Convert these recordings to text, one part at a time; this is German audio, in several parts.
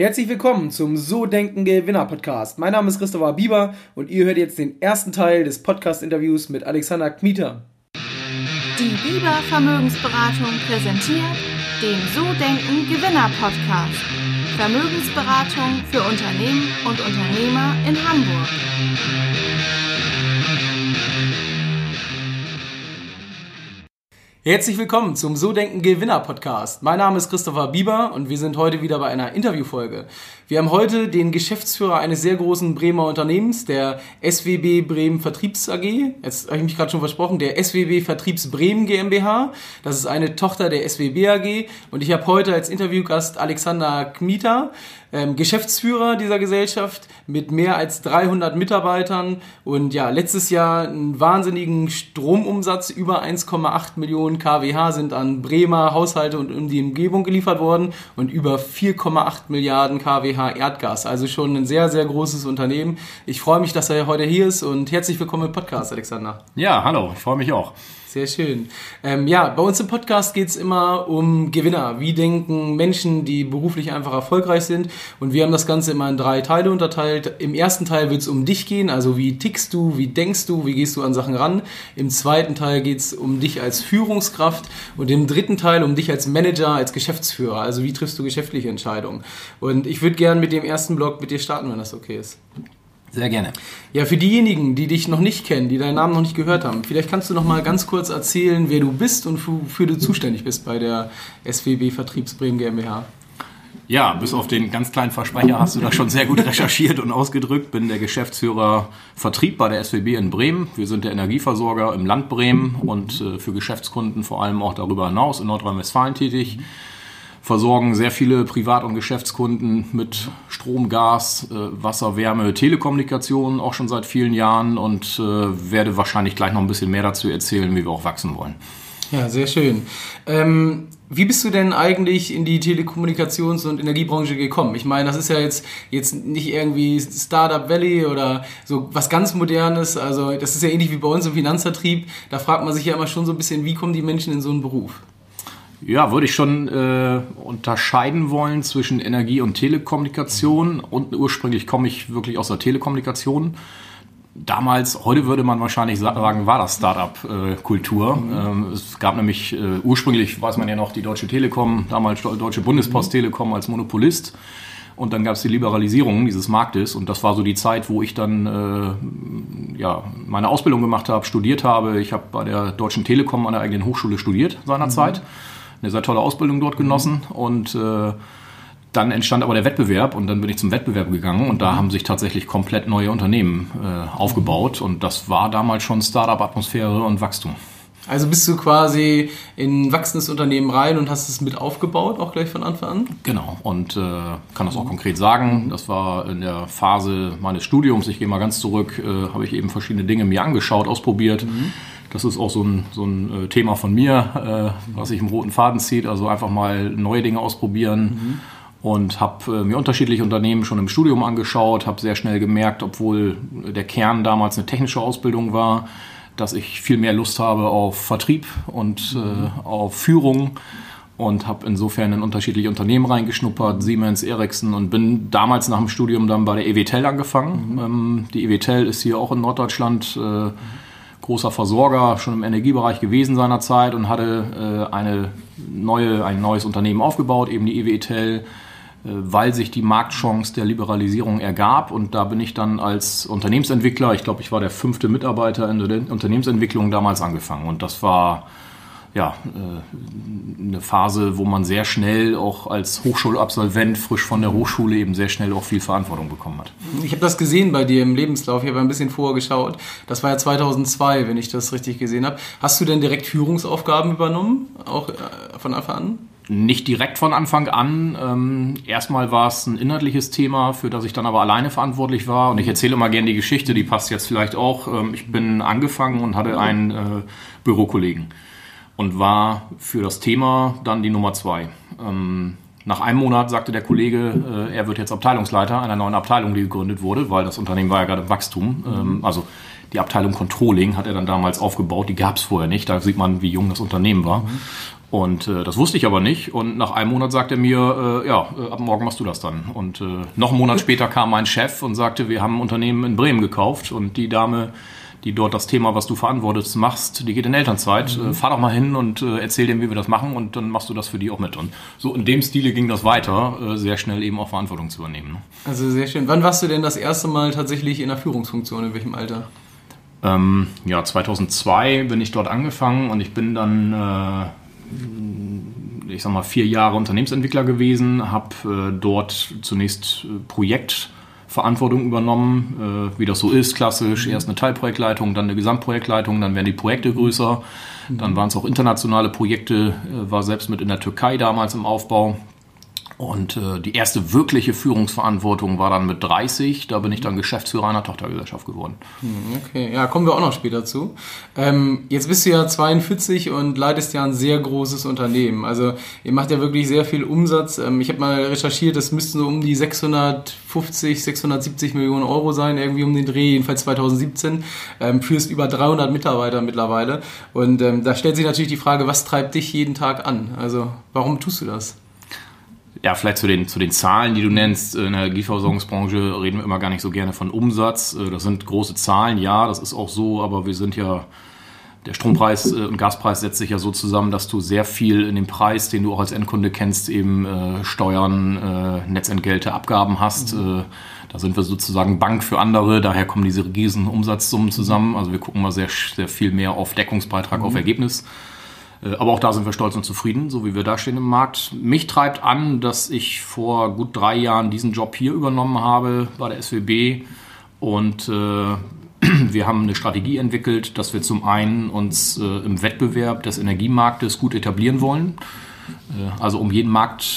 Herzlich willkommen zum So Denken Gewinner Podcast. Mein Name ist Christopher Bieber und ihr hört jetzt den ersten Teil des Podcast-Interviews mit Alexander Kmita. Die Bieber Vermögensberatung präsentiert den So Denken Gewinner Podcast. Vermögensberatung für Unternehmen und Unternehmer in Hamburg. Herzlich willkommen zum So Denken Gewinner Podcast. Mein Name ist Christopher Bieber und wir sind heute wieder bei einer Interviewfolge. Wir haben heute den Geschäftsführer eines sehr großen Bremer Unternehmens, der SWB Bremen Vertriebs AG. Jetzt habe ich mich gerade schon versprochen, der SWB Vertriebs Bremen GmbH. Das ist eine Tochter der SWB AG. Und ich habe heute als Interviewgast Alexander Kmita, Geschäftsführer dieser Gesellschaft mit mehr als 300 Mitarbeitern und ja, letztes Jahr einen wahnsinnigen Stromumsatz, über 1,8 Millionen kWh sind an Bremer Haushalte und in die Umgebung geliefert worden und über 4,8 Milliarden kWh Erdgas, also schon ein sehr, sehr großes Unternehmen. Ich freue mich, dass er heute hier ist und herzlich willkommen im Podcast, Alexander. Ja, hallo, ich freue mich auch. Sehr schön. Bei uns im Podcast geht es immer um Gewinner. Wie denken Menschen, die beruflich einfach erfolgreich sind? Und wir haben das Ganze immer in 3 Teile unterteilt. Im ersten Teil wird es um dich gehen, also wie tickst du, wie denkst du, wie gehst du an Sachen ran? Im zweiten Teil geht es um dich als Führungskraft und im dritten Teil um dich als Manager, als Geschäftsführer. Also wie triffst du geschäftliche Entscheidungen? Und ich würde gerne mit dem ersten Block mit dir starten, wenn das okay ist. Sehr gerne. Ja, für diejenigen, die dich noch nicht kennen, die deinen Namen noch nicht gehört haben, vielleicht kannst du noch mal ganz kurz erzählen, wer du bist und wofür du zuständig bist bei der SWB Vertriebs Bremen GmbH. Ja, bis auf den ganz kleinen Versprecher hast du da schon sehr gut recherchiert und ausgedrückt. Bin der Geschäftsführer Vertrieb bei der SWB in Bremen. Wir sind der Energieversorger im Land Bremen und für Geschäftskunden vor allem auch darüber hinaus in Nordrhein-Westfalen tätig. Versorgen sehr viele Privat- und Geschäftskunden mit Strom, Gas, Wasser, Wärme, Telekommunikation auch schon seit vielen Jahren und werde wahrscheinlich gleich noch ein bisschen mehr dazu erzählen, wie wir auch wachsen wollen. Ja, sehr schön. Wie bist du denn eigentlich in die Telekommunikations- und Energiebranche gekommen? Ich meine, das ist ja jetzt nicht irgendwie Startup Valley oder so was ganz Modernes. Also das ist ja ähnlich wie bei uns im Finanzvertrieb. Da fragt man sich ja immer schon so ein bisschen, wie kommen die Menschen in so einen Beruf? Ja, würde ich schon unterscheiden wollen zwischen Energie und Telekommunikation. Und ursprünglich komme ich wirklich aus der Telekommunikation. Damals, heute würde man wahrscheinlich sagen, war das Startup-Kultur. Es gab nämlich ursprünglich, weiß man ja noch, die Deutsche Telekom, damals Deutsche Bundespost Telekom als Monopolist. Und dann gab es die Liberalisierung dieses Marktes. Und das war so die Zeit, wo ich dann meine Ausbildung gemacht habe, studiert habe. Ich habe bei der Deutschen Telekom an der eigenen Hochschule studiert seinerzeit. Eine sehr tolle Ausbildung dort genossen und dann entstand aber der Wettbewerb und dann bin ich zum Wettbewerb gegangen und da haben sich tatsächlich komplett neue Unternehmen aufgebaut und das war damals schon Startup-Atmosphäre und Wachstum. Also bist du quasi in ein wachsendes Unternehmen rein und hast es mit aufgebaut, auch gleich von Anfang an? Genau, und kann das auch konkret sagen. Das war in der Phase meines Studiums, ich gehe mal ganz zurück, habe ich eben verschiedene Dinge mir angeschaut, ausprobiert. Das ist auch so ein Thema von mir, was sich im roten Faden zieht, also einfach mal neue Dinge ausprobieren. Und habe mir unterschiedliche Unternehmen schon im Studium angeschaut, habe sehr schnell gemerkt, obwohl der Kern damals eine technische Ausbildung war, dass ich viel mehr Lust habe auf Vertrieb und auf Führung und habe insofern in unterschiedliche Unternehmen reingeschnuppert, Siemens, Ericsson und bin damals nach dem Studium dann bei der EWTEL angefangen. Die EWTEL ist hier auch in Norddeutschland großer Versorger, schon im Energiebereich gewesen seinerzeit und hatte ein neues Unternehmen aufgebaut, eben die EWTEL, weil sich die Marktchance der Liberalisierung ergab und da bin ich dann als Unternehmensentwickler, ich glaube, ich war der 5. Mitarbeiter in der Unternehmensentwicklung damals angefangen und das war eine Phase, wo man sehr schnell auch als Hochschulabsolvent frisch von der Hochschule eben sehr schnell auch viel Verantwortung bekommen hat. Ich habe das gesehen bei dir im Lebenslauf, ich habe ein bisschen vorher geschaut. Das war ja 2002, wenn ich das richtig gesehen habe. Hast du denn direkt Führungsaufgaben übernommen, auch von Anfang an? Nicht direkt von Anfang an. Erstmal war es ein inhaltliches Thema, für das ich dann aber alleine verantwortlich war. Und ich erzähle immer gerne die Geschichte, die passt jetzt vielleicht auch. Ich bin angefangen und hatte einen Bürokollegen und war für das Thema dann die Nummer 2. Nach einem Monat sagte der Kollege, er wird jetzt Abteilungsleiter einer neuen Abteilung, die gegründet wurde, weil das Unternehmen war ja gerade im Wachstum. Also die Abteilung Controlling hat er dann damals aufgebaut, die gab es vorher nicht. Da sieht man, wie jung das Unternehmen war. Und das wusste ich aber nicht. Und nach einem Monat sagte er mir, ab morgen machst du das dann. Und noch einen Monat später kam mein Chef und sagte, wir haben ein Unternehmen in Bremen gekauft. Und die Dame, die dort das Thema, was du verantwortest, machst, die geht in Elternzeit. Fahr doch mal hin und erzähl dem, wie wir das machen. Und dann machst du das für die auch mit. Und so in dem Stile ging das weiter, sehr schnell eben auch Verantwortung zu übernehmen. Also sehr schön. Wann warst du denn das erste Mal tatsächlich in der Führungsfunktion? In welchem Alter? 2002 bin ich dort angefangen und ich bin dann 4 Jahre Unternehmensentwickler gewesen, habe dort zunächst Projektverantwortung übernommen, wie das so ist, klassisch. Erst eine Teilprojektleitung, dann eine Gesamtprojektleitung, dann werden die Projekte größer. Dann waren es auch internationale Projekte, war selbst mit in der Türkei damals im Aufbau. Und die erste wirkliche Führungsverantwortung war dann mit 30. Da bin ich dann Geschäftsführer einer Tochtergesellschaft geworden. Okay, ja, kommen wir auch noch später zu. Jetzt bist du ja 42 und leitest ja ein sehr großes Unternehmen. Also ihr macht ja wirklich sehr viel Umsatz. Ich habe mal recherchiert, das müssten so um die 650, 670 Millionen Euro sein, irgendwie um den Dreh, jedenfalls 2017. Führst über 300 Mitarbeiter mittlerweile. Und da stellt sich natürlich die Frage, was treibt dich jeden Tag an? Also warum tust du das? Ja, vielleicht zu den Zahlen, die du nennst. In der Energieversorgungsbranche reden wir immer gar nicht so gerne von Umsatz. Das sind große Zahlen, ja, das ist auch so, aber wir sind ja, der Strompreis und Gaspreis setzt sich ja so zusammen, dass du sehr viel in dem Preis, den du auch als Endkunde kennst, eben Steuern, Netzentgelte, Abgaben hast. Da sind wir sozusagen Bank für andere, daher kommen diese riesen Umsatzsummen zusammen. Also wir gucken mal sehr, sehr viel mehr auf Deckungsbeitrag, auf Ergebnis. Aber auch da sind wir stolz und zufrieden, so wie wir da stehen im Markt. Mich treibt an, dass ich vor gut 3 Jahren diesen Job hier übernommen habe bei der SWB. Und wir haben eine Strategie entwickelt, dass wir zum einen uns im Wettbewerb des Energiemarktes gut etablieren wollen. Also um den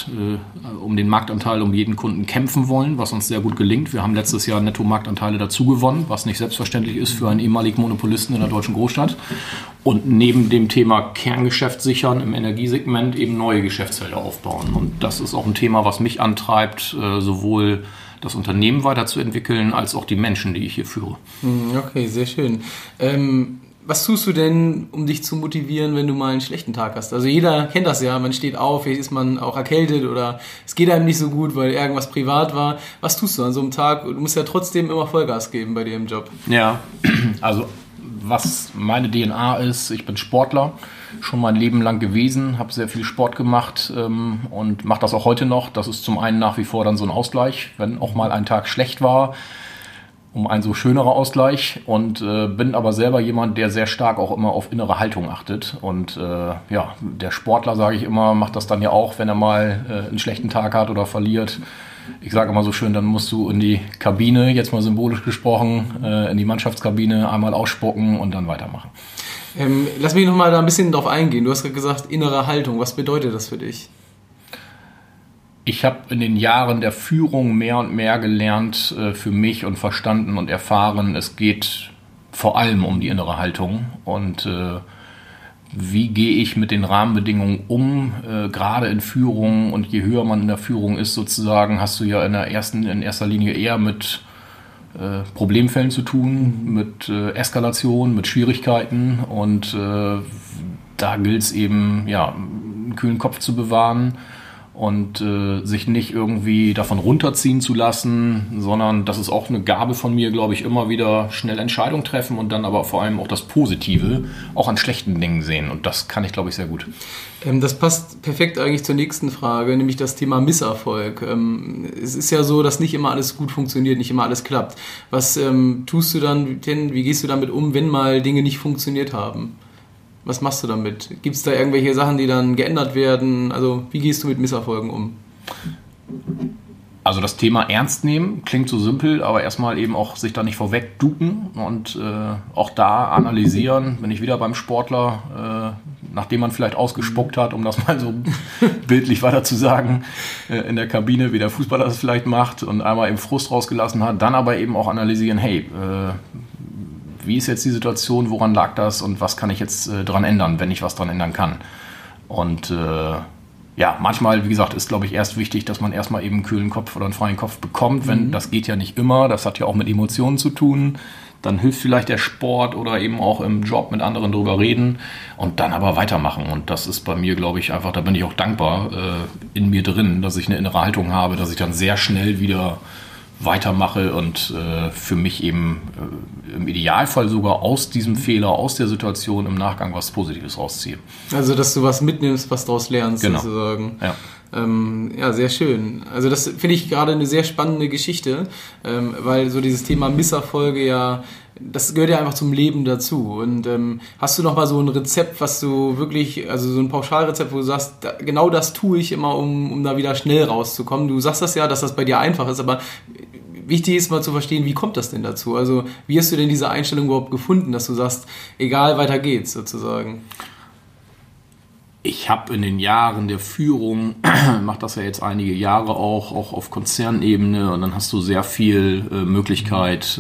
Marktanteil, um jeden Kunden kämpfen wollen, was uns sehr gut gelingt. Wir haben letztes Jahr Netto-Marktanteile dazu gewonnen, was nicht selbstverständlich ist für einen ehemaligen Monopolisten in der deutschen Großstadt. Und neben dem Thema Kerngeschäft sichern im Energiesegment eben neue Geschäftsfelder aufbauen. Und das ist auch ein Thema, was mich antreibt, sowohl das Unternehmen weiterzuentwickeln, als auch die Menschen, die ich hier führe. Okay, sehr schön. Was tust du denn, um dich zu motivieren, wenn du mal einen schlechten Tag hast? Also jeder kennt das ja, man steht auf, vielleicht ist man auch erkältet oder es geht einem nicht so gut, weil irgendwas privat war. Was tust du an so einem Tag? Du musst ja trotzdem immer Vollgas geben bei dir im Job. Ja, also was meine DNA ist, ich bin Sportler, schon mein Leben lang gewesen, habe sehr viel Sport gemacht und mache das auch heute noch. Das ist zum einen nach wie vor dann so ein Ausgleich, wenn auch mal ein Tag schlecht war, um ein so schönerer Ausgleich, und bin aber selber jemand, der sehr stark auch immer auf innere Haltung achtet. Und der Sportler, sage ich immer, macht das dann ja auch, wenn er mal einen schlechten Tag hat oder verliert. Ich sage immer so schön, dann musst du in die Kabine, jetzt mal symbolisch gesprochen, in die Mannschaftskabine einmal ausspucken und dann weitermachen. Lass mich nochmal da ein bisschen drauf eingehen. Du hast gerade gesagt, innere Haltung. Was bedeutet das für dich? Ich habe in den Jahren der Führung mehr und mehr gelernt für mich und verstanden und erfahren, es geht vor allem um die innere Haltung und wie gehe ich mit den Rahmenbedingungen um, gerade in Führung, und je höher man in der Führung ist sozusagen, hast du ja in erster Linie eher mit Problemfällen zu tun, mit Eskalation, mit Schwierigkeiten, und da gilt es eben, einen kühlen Kopf zu bewahren und sich nicht irgendwie davon runterziehen zu lassen, sondern das ist auch eine Gabe von mir, glaube ich, immer wieder schnell Entscheidungen treffen und dann aber vor allem auch das Positive auch an schlechten Dingen sehen, und das kann ich, glaube ich, sehr gut. Das passt perfekt eigentlich zur nächsten Frage, nämlich das Thema Misserfolg. Es ist ja so, dass nicht immer alles gut funktioniert, nicht immer alles klappt. Was tust du dann denn, wie gehst du damit um, wenn mal Dinge nicht funktioniert haben? Was machst du damit? Gibt es da irgendwelche Sachen, die dann geändert werden? Also wie gehst du mit Misserfolgen um? Also das Thema ernst nehmen klingt so simpel, aber erstmal eben auch sich da nicht vorweg ducken und auch da analysieren. Bin ich wieder beim Sportler, nachdem man vielleicht ausgespuckt hat, um das mal so bildlich weiter zu sagen, in der Kabine, wie der Fußballer das vielleicht macht, und einmal eben Frust rausgelassen hat, dann aber eben auch analysieren, hey, wie ist jetzt die Situation, woran lag das und was kann ich jetzt dran ändern, wenn ich was dran ändern kann. Und manchmal, wie gesagt, ist, glaube ich, erst wichtig, dass man erstmal eben einen kühlen Kopf oder einen freien Kopf bekommt. Das geht ja nicht immer, das hat ja auch mit Emotionen zu tun, dann hilft vielleicht der Sport oder eben auch im Job mit anderen drüber reden und dann aber weitermachen. Und das ist bei mir, glaube ich, einfach, da bin ich auch dankbar in mir drin, dass ich eine innere Haltung habe, dass ich dann sehr schnell wieder weitermache und für mich eben im Idealfall sogar aus diesem Fehler, aus der Situation im Nachgang was Positives rausziehe. Also, dass du was mitnimmst, was daraus lernst, genau. Sozusagen. Ja. Ja, sehr schön. Also das finde ich gerade eine sehr spannende Geschichte, weil so dieses Thema Misserfolge ja, das gehört ja einfach zum Leben dazu. Und hast du noch mal so ein Rezept, was du wirklich, also so ein Pauschalrezept, wo du sagst, genau das tue ich immer, um da wieder schnell rauszukommen. Du sagst das ja, dass das bei dir einfach ist, aber wichtig ist mal zu verstehen, wie kommt das denn dazu? Also wie hast du denn diese Einstellung überhaupt gefunden, dass du sagst, egal, weiter geht's sozusagen? Ich habe in den Jahren der Führung, mache das ja jetzt einige Jahre auch auf Konzernebene, und dann hast du sehr viel Möglichkeit,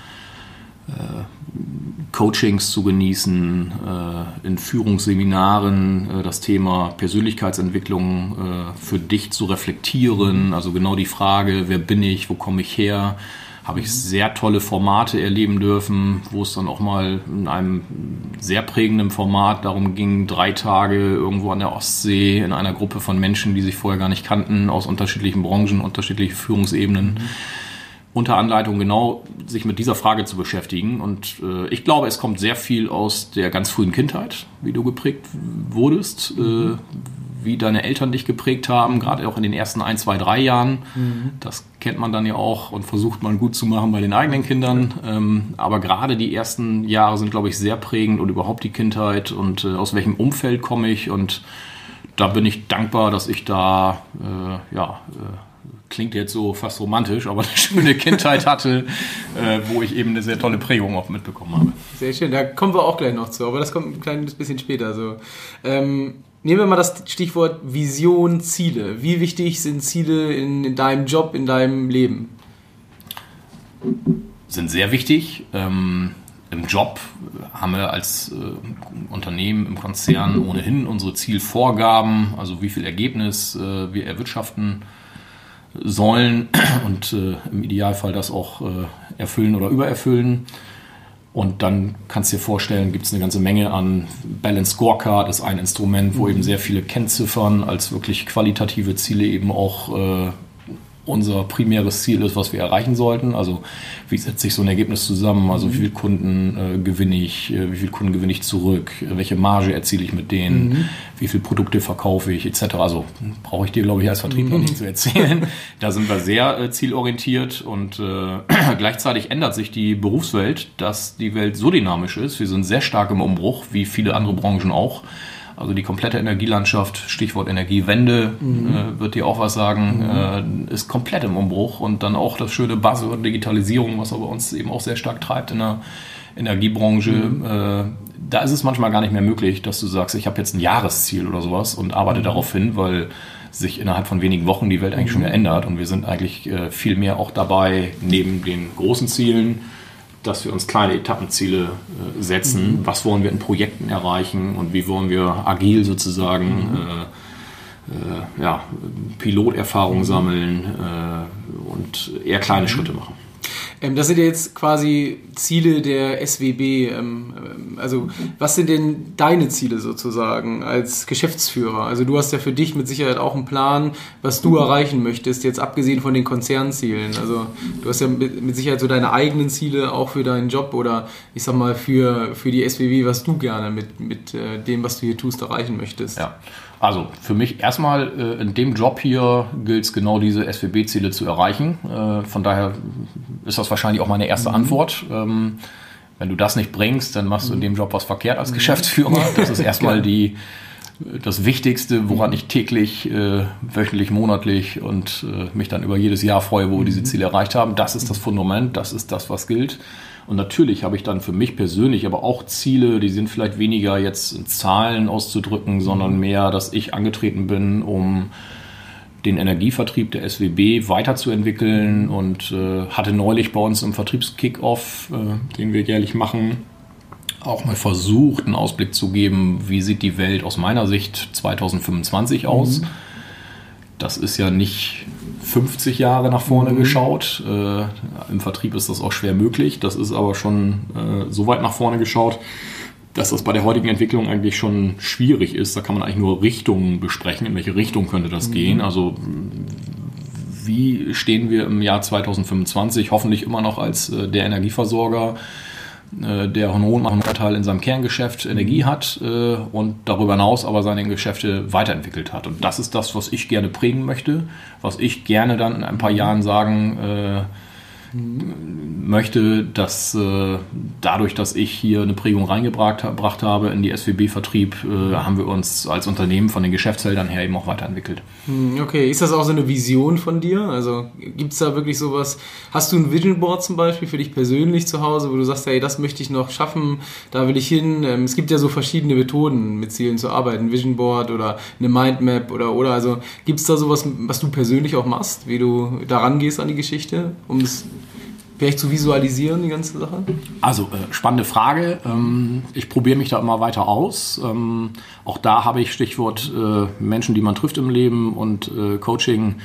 Coachings zu genießen, in Führungsseminaren das Thema Persönlichkeitsentwicklung für dich zu reflektieren, also genau die Frage, wer bin ich, wo komme ich her, habe ich sehr tolle Formate erleben dürfen, wo es dann auch mal in einem sehr prägenden Format darum ging, 3 Tage irgendwo an der Ostsee in einer Gruppe von Menschen, die sich vorher gar nicht kannten, aus unterschiedlichen Branchen, unterschiedlichen Führungsebenen, unter Anleitung genau sich mit dieser Frage zu beschäftigen. Und ich glaube, es kommt sehr viel aus der ganz frühen Kindheit, wie du geprägt wurdest, wie deine Eltern dich geprägt haben, gerade auch in den ersten 1, 2, 3 Jahren. Das kennt man dann ja auch und versucht man gut zu machen bei den eigenen Kindern. Aber gerade die ersten Jahre sind, glaube ich, sehr prägend, und überhaupt die Kindheit und aus welchem Umfeld komme ich. Und da bin ich dankbar, dass ich da, klingt jetzt so fast romantisch, aber eine schöne Kindheit hatte, wo ich eben eine sehr tolle Prägung auch mitbekommen habe. Sehr schön, da kommen wir auch gleich noch zu, aber das kommt ein kleines bisschen später. So. Nehmen wir mal das Stichwort Vision, Ziele. Wie wichtig sind Ziele in deinem Job, in deinem Leben? Sind sehr wichtig. Im Job haben wir als Unternehmen im Konzern ohnehin unsere Zielvorgaben, also wie viel Ergebnis wir erwirtschaften sollen und im Idealfall das auch erfüllen oder übererfüllen. Und dann kannst du dir vorstellen, gibt es eine ganze Menge an Balance Scorecard, ist ein Instrument, wo eben sehr viele Kennziffern als wirklich qualitative Ziele eben auch unser primäres Ziel ist, was wir erreichen sollten. Also wie setzt sich so ein Ergebnis zusammen? Also wie viele Kunden gewinne ich? Wie viele Kunden gewinne ich zurück? Welche Marge erziele ich mit denen? Wie viele Produkte verkaufe ich? Etc. Also brauche ich dir, glaube ich, als Vertriebler nicht zu erzählen. Da sind wir sehr zielorientiert, und gleichzeitig ändert sich die Berufswelt, dass die Welt so dynamisch ist. Wir sind sehr stark im Umbruch, wie viele andere Branchen auch. Also die komplette Energielandschaft, Stichwort Energiewende, wird dir auch was sagen, ist komplett im Umbruch. Und dann auch das schöne Buzzword Digitalisierung, was aber uns eben auch sehr stark treibt in der Energiebranche. Da ist es manchmal gar nicht mehr möglich, dass du sagst, ich habe jetzt ein Jahresziel oder sowas und arbeite darauf hin, weil sich innerhalb von wenigen Wochen die Welt eigentlich schon wieder ändert. Und wir sind eigentlich viel mehr auch dabei, neben den großen Zielen, dass wir uns kleine Etappenziele setzen. Was wollen wir in Projekten erreichen und wie wollen wir agil sozusagen Piloterfahrung sammeln und eher kleine Schritte machen. Das sind ja jetzt quasi Ziele der SWB. Also was sind denn deine Ziele sozusagen als Geschäftsführer? Also du hast ja für dich mit Sicherheit auch einen Plan, was du erreichen möchtest, jetzt abgesehen von den Konzernzielen. Also du hast ja mit Sicherheit so deine eigenen Ziele auch für deinen Job oder ich sag mal für die SWB, was du gerne mit dem, was du hier tust, erreichen möchtest. Ja. Also für mich erstmal in dem Job hier gilt es genau diese SWB-Ziele zu erreichen. Von daher ist das wahrscheinlich auch meine erste Antwort. Wenn du das nicht bringst, dann machst du in dem Job was verkehrt als Geschäftsführer. Das ist erstmal das Wichtigste, woran ich täglich, wöchentlich, monatlich und mich dann über jedes Jahr freue, wo wir diese Ziele erreicht haben. Das ist das Fundament, das ist das, was gilt. Und natürlich habe ich dann für mich persönlich aber auch Ziele, die sind vielleicht weniger jetzt in Zahlen auszudrücken, sondern mehr, dass ich angetreten bin, um den Energievertrieb der SWB weiterzuentwickeln, und hatte neulich bei uns im Vertriebskick-Off, den wir jährlich machen, auch mal versucht, einen Ausblick zu geben, wie sieht die Welt aus meiner Sicht 2025 aus. Das ist ja nicht 50 Jahre nach vorne geschaut. Im Vertrieb ist das auch schwer möglich. Das ist aber schon so weit nach vorne geschaut, dass das bei der heutigen Entwicklung eigentlich schon schwierig ist. Da kann man eigentlich nur Richtungen besprechen. In welche Richtung könnte das gehen? Also wie stehen wir im Jahr 2025? Hoffentlich immer noch als der Energieversorger, der einen hohen Anteil in seinem Kerngeschäft Energie hat und darüber hinaus aber seine Geschäfte weiterentwickelt hat. Und das ist das, was ich gerne prägen möchte, was ich gerne dann in ein paar Jahren sagen möchte, dass dadurch, dass ich hier eine Prägung reingebracht habe in die SWB-Vertrieb, haben wir uns als Unternehmen von den Geschäftsfeldern her eben auch weiterentwickelt. Okay, ist das auch so eine Vision von dir? Also gibt es da wirklich sowas, hast du ein Vision Board zum Beispiel für dich persönlich zu Hause, wo du sagst, hey, das möchte ich noch schaffen, da will ich hin. Es gibt ja so verschiedene Methoden, mit Zielen zu arbeiten, Vision Board oder eine Mindmap oder also gibt es da sowas, was du persönlich auch machst, wie du da rangehst an die Geschichte, um es vielleicht zu visualisieren, die ganze Sache? Also, spannende Frage. Ich probiere mich da immer weiter aus. Auch da habe ich Stichwort Menschen, die man trifft im Leben und Coaching.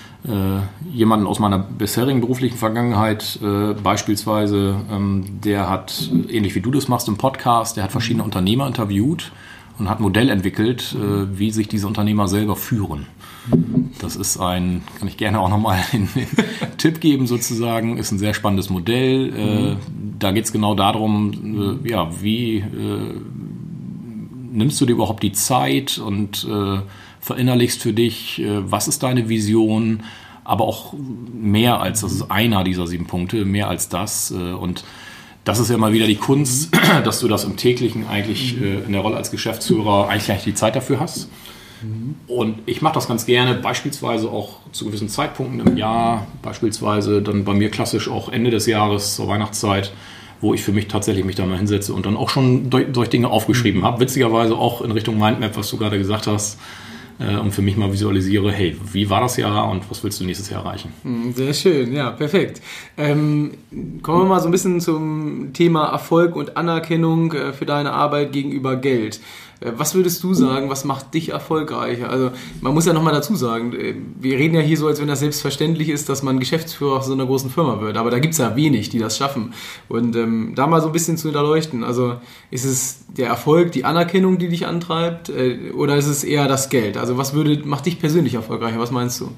Jemanden aus meiner bisherigen beruflichen Vergangenheit beispielsweise, der hat, ähnlich wie du das machst im Podcast, der hat verschiedene Unternehmer interviewt und hat ein Modell entwickelt, wie sich diese Unternehmer selber führen. Das ist kann ich gerne auch nochmal einen Tipp geben sozusagen, ist ein sehr spannendes Modell. Da geht es genau darum, wie nimmst du dir überhaupt die Zeit und verinnerlichst für dich, was ist deine Vision, aber auch mehr als, das ist einer dieser 7 Punkte, mehr als das. Und das ist ja mal wieder die Kunst, dass du das im Täglichen eigentlich in der Rolle als Geschäftsführer eigentlich gar nicht die Zeit dafür hast. Und ich mache das ganz gerne, beispielsweise auch zu gewissen Zeitpunkten im Jahr, beispielsweise dann bei mir klassisch auch Ende des Jahres zur Weihnachtszeit, wo ich für mich tatsächlich mich da mal hinsetze und dann auch schon durch Dinge aufgeschrieben habe. Witzigerweise auch in Richtung Mindmap, was du gerade gesagt hast, und für mich mal visualisiere, hey, wie war das Jahr und was willst du nächstes Jahr erreichen? Sehr schön, ja, perfekt. Kommen wir mal so ein bisschen zum Thema Erfolg und Anerkennung für deine Arbeit gegenüber Geld. Was würdest du sagen, was macht dich erfolgreicher? Also man muss ja nochmal dazu sagen, wir reden ja hier so, als wenn das selbstverständlich ist, dass man Geschäftsführer so einer großen Firma wird, aber da gibt es ja wenig, die das schaffen. Und da mal so ein bisschen zu hinterleuchten, also ist es der Erfolg, die Anerkennung, die dich antreibt, oder ist es eher das Geld? Also was macht dich persönlich erfolgreicher, was meinst du?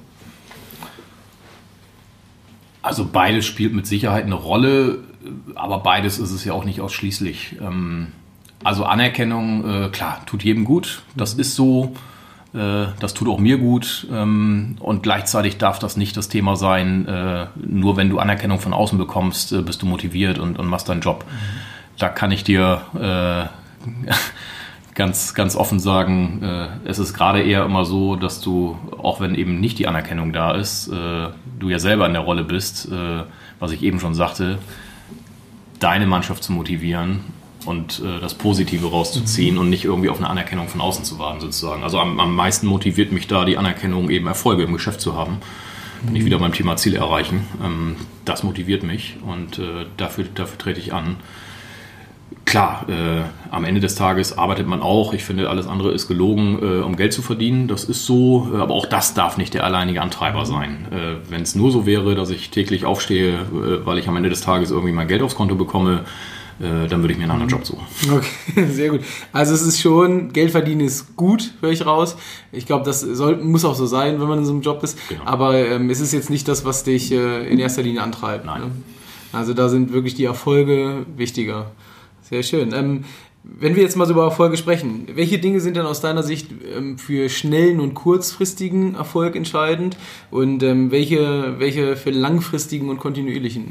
Also beides spielt mit Sicherheit eine Rolle, aber beides ist es ja auch nicht ausschließlich. Also Anerkennung, klar, tut jedem gut, das ist so, das tut auch mir gut und gleichzeitig darf das nicht das Thema sein, nur wenn du Anerkennung von außen bekommst, bist du motiviert und machst deinen Job. Da kann ich dir ganz, ganz offen sagen, es ist gerade eher immer so, dass du, auch wenn eben nicht die Anerkennung da ist, du ja selber in der Rolle bist, was ich eben schon sagte, deine Mannschaft zu motivieren und das Positive rauszuziehen und nicht irgendwie auf eine Anerkennung von außen zu warten sozusagen. Also am meisten motiviert mich da die Anerkennung, eben Erfolge im Geschäft zu haben. Bin ich wieder beim Thema Ziele erreichen. Das motiviert mich und dafür trete ich an. Klar, am Ende des Tages arbeitet man auch. Ich finde, alles andere ist gelogen, um Geld zu verdienen. Das ist so, aber auch das darf nicht der alleinige Antreiber sein. Wenn es nur so wäre, dass ich täglich aufstehe, weil ich am Ende des Tages irgendwie mein Geld aufs Konto bekomme, dann würde ich mir einen anderen Job suchen. Okay, sehr gut. Also es ist schon, Geld verdienen ist gut, höre ich raus. Ich glaube, das muss auch so sein, wenn man in so einem Job ist. Genau. Aber es ist jetzt nicht das, was dich in erster Linie antreibt. Nein. Ne? Also da sind wirklich die Erfolge wichtiger. Sehr schön. Wenn wir jetzt mal so über Erfolge sprechen, welche Dinge sind denn aus deiner Sicht für schnellen und kurzfristigen Erfolg entscheidend und welche für langfristigen und kontinuierlichen?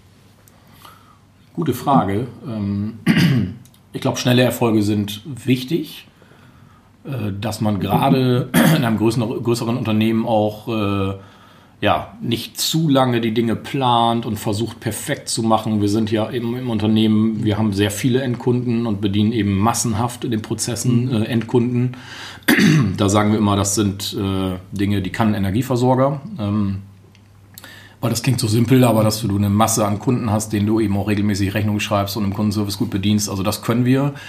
Gute Frage. Ich glaube, schnelle Erfolge sind wichtig, dass man gerade in einem größeren Unternehmen auch nicht zu lange die Dinge plant und versucht perfekt zu machen. Wir sind ja eben im Unternehmen, wir haben sehr viele Endkunden und bedienen eben massenhaft in den Prozessen Endkunden. Da sagen wir immer, das sind Dinge, die kann ein Energieversorger. Weil das klingt so simpel, aber dass du eine Masse an Kunden hast, denen du eben auch regelmäßig Rechnungen schreibst und im Kundenservice gut bedienst, also das können wir.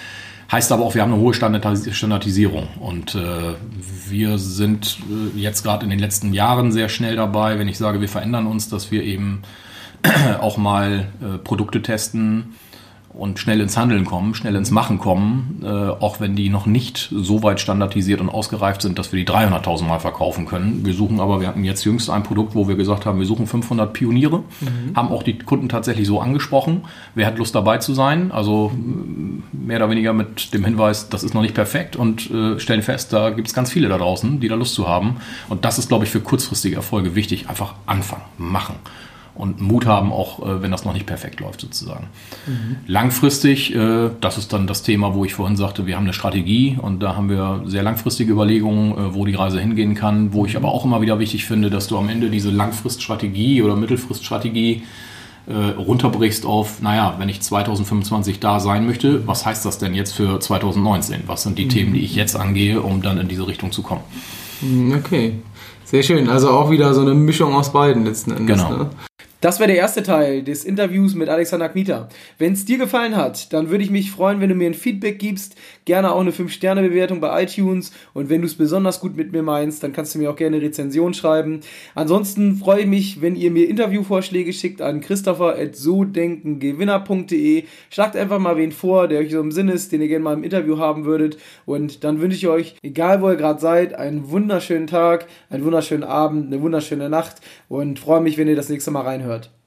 Heißt aber auch, wir haben eine hohe Standardisierung und wir sind jetzt gerade in den letzten Jahren sehr schnell dabei, wenn ich sage, wir verändern uns, dass wir eben auch mal Produkte testen und schnell ins Handeln kommen, schnell ins Machen kommen, auch wenn die noch nicht so weit standardisiert und ausgereift sind, dass wir die 300.000 Mal verkaufen können. Wir hatten jetzt jüngst ein Produkt, wo wir gesagt haben, wir suchen 500 Pioniere, haben auch die Kunden tatsächlich so angesprochen. Wer hat Lust dabei zu sein? Also mehr oder weniger mit dem Hinweis, das ist noch nicht perfekt und stellen fest, da gibt es ganz viele da draußen, die da Lust zu haben. Und das ist, glaube ich, für kurzfristige Erfolge wichtig. Einfach anfangen, machen. Und Mut haben, auch wenn das noch nicht perfekt läuft sozusagen. Langfristig, das ist dann das Thema, wo ich vorhin sagte, wir haben eine Strategie und da haben wir sehr langfristige Überlegungen, wo die Reise hingehen kann, wo ich aber auch immer wieder wichtig finde, dass du am Ende diese Langfriststrategie oder Mittelfriststrategie runterbrichst auf, wenn ich 2025 da sein möchte, was heißt das denn jetzt für 2019? Was sind die Themen, die ich jetzt angehe, um dann in diese Richtung zu kommen? Okay, sehr schön. Also auch wieder so eine Mischung aus beiden letzten Endes. Genau. Ne? Das war der erste Teil des Interviews mit Alexander Kmita. Wenn es dir gefallen hat, dann würde ich mich freuen, wenn du mir ein Feedback gibst, gerne auch eine 5-Sterne-Bewertung bei iTunes und wenn du es besonders gut mit mir meinst, dann kannst du mir auch gerne eine Rezension schreiben. Ansonsten freue ich mich, wenn ihr mir Interviewvorschläge schickt an christopher@sodenkengewinner.de. Schlagt einfach mal wen vor, der euch so im Sinn ist, den ihr gerne mal im Interview haben würdet und dann wünsche ich euch, egal wo ihr gerade seid, einen wunderschönen Tag, einen wunderschönen Abend, eine wunderschöne Nacht und freue mich, wenn ihr das nächste Mal reinhört.